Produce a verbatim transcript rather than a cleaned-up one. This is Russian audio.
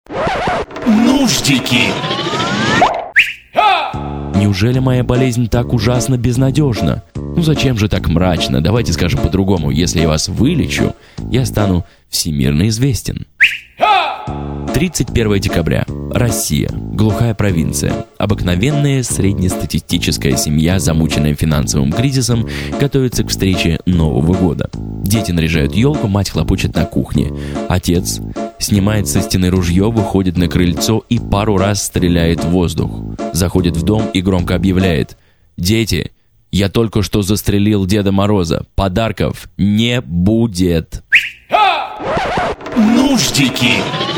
Нуждики. Неужели моя болезнь так ужасно безнадежна? Ну зачем же так мрачно? Давайте скажем по-другому. Если я вас вылечу, я стану всемирно известен. тридцать первое декабря. Россия. Глухая провинция. Обыкновенная среднестатистическая семья, замученная финансовым кризисом, готовится к встрече Нового года. Дети наряжают елку, мать хлопочет на кухне. Отец снимает со стены ружье, выходит на крыльцо и пару раз стреляет в воздух. Заходит в дом и громко объявляет: «Дети, я только что застрелил Деда Мороза. Подарков не будет». Нуждики.